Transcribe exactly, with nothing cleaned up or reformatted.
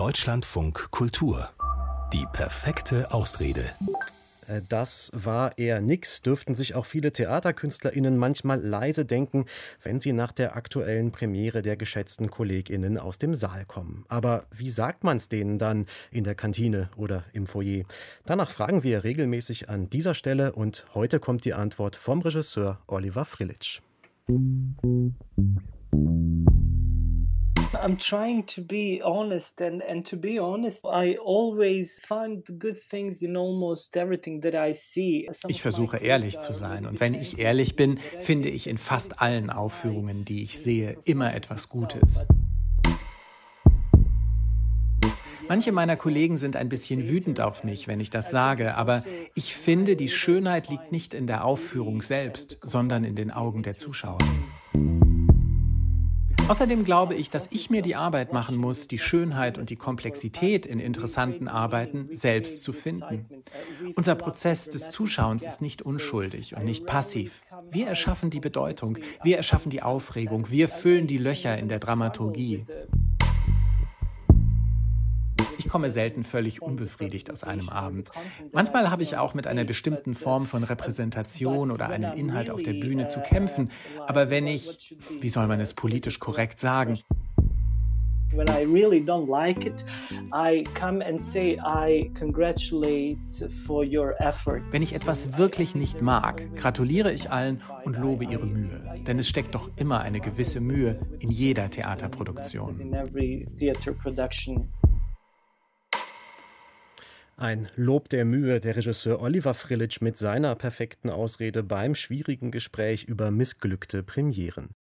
Deutschlandfunk Kultur. Die perfekte Ausrede. Das war eher nix, dürften sich auch viele TheaterkünstlerInnen manchmal leise denken, wenn sie nach der aktuellen Premiere der geschätzten KollegInnen aus dem Saal kommen. Aber wie sagt man's denen dann in der Kantine oder im Foyer? Danach fragen wir regelmäßig an dieser Stelle und heute kommt die Antwort vom Regisseur Oliver Frljić. I'm trying to be honest, and, and to be honest, I always find good things in almost everything that I see. Ich versuche ehrlich zu sein und wenn ich ehrlich bin, finde ich in fast allen Aufführungen, die ich sehe, immer etwas Gutes. Manche meiner Kollegen sind ein bisschen wütend auf mich, wenn ich das sage, aber ich finde, die Schönheit liegt nicht in der Aufführung selbst, sondern in den Augen der Zuschauer. Außerdem glaube ich, dass ich mir die Arbeit machen muss, die Schönheit und die Komplexität in interessanten Arbeiten selbst zu finden. Unser Prozess des Zuschauens ist nicht unschuldig und nicht passiv. Wir erschaffen die Bedeutung, wir erschaffen die Aufregung, wir füllen die Löcher in der Dramaturgie. Ich komme selten völlig unbefriedigt aus einem Abend. Manchmal habe ich auch mit einer bestimmten Form von Repräsentation oder einem Inhalt auf der Bühne zu kämpfen. Aber wenn ich, wie soll man es politisch korrekt sagen, When I really don't like it, I come and say I congratulate for your effort. Wenn ich etwas wirklich nicht mag, gratuliere ich allen und lobe ihre Mühe. Denn es steckt doch immer eine gewisse Mühe in jeder Theaterproduktion. In every theater production. Ein Lob der Mühe, der Regisseur Oliver Frljić mit seiner perfekten Ausrede beim schwierigen Gespräch über missglückte Premieren.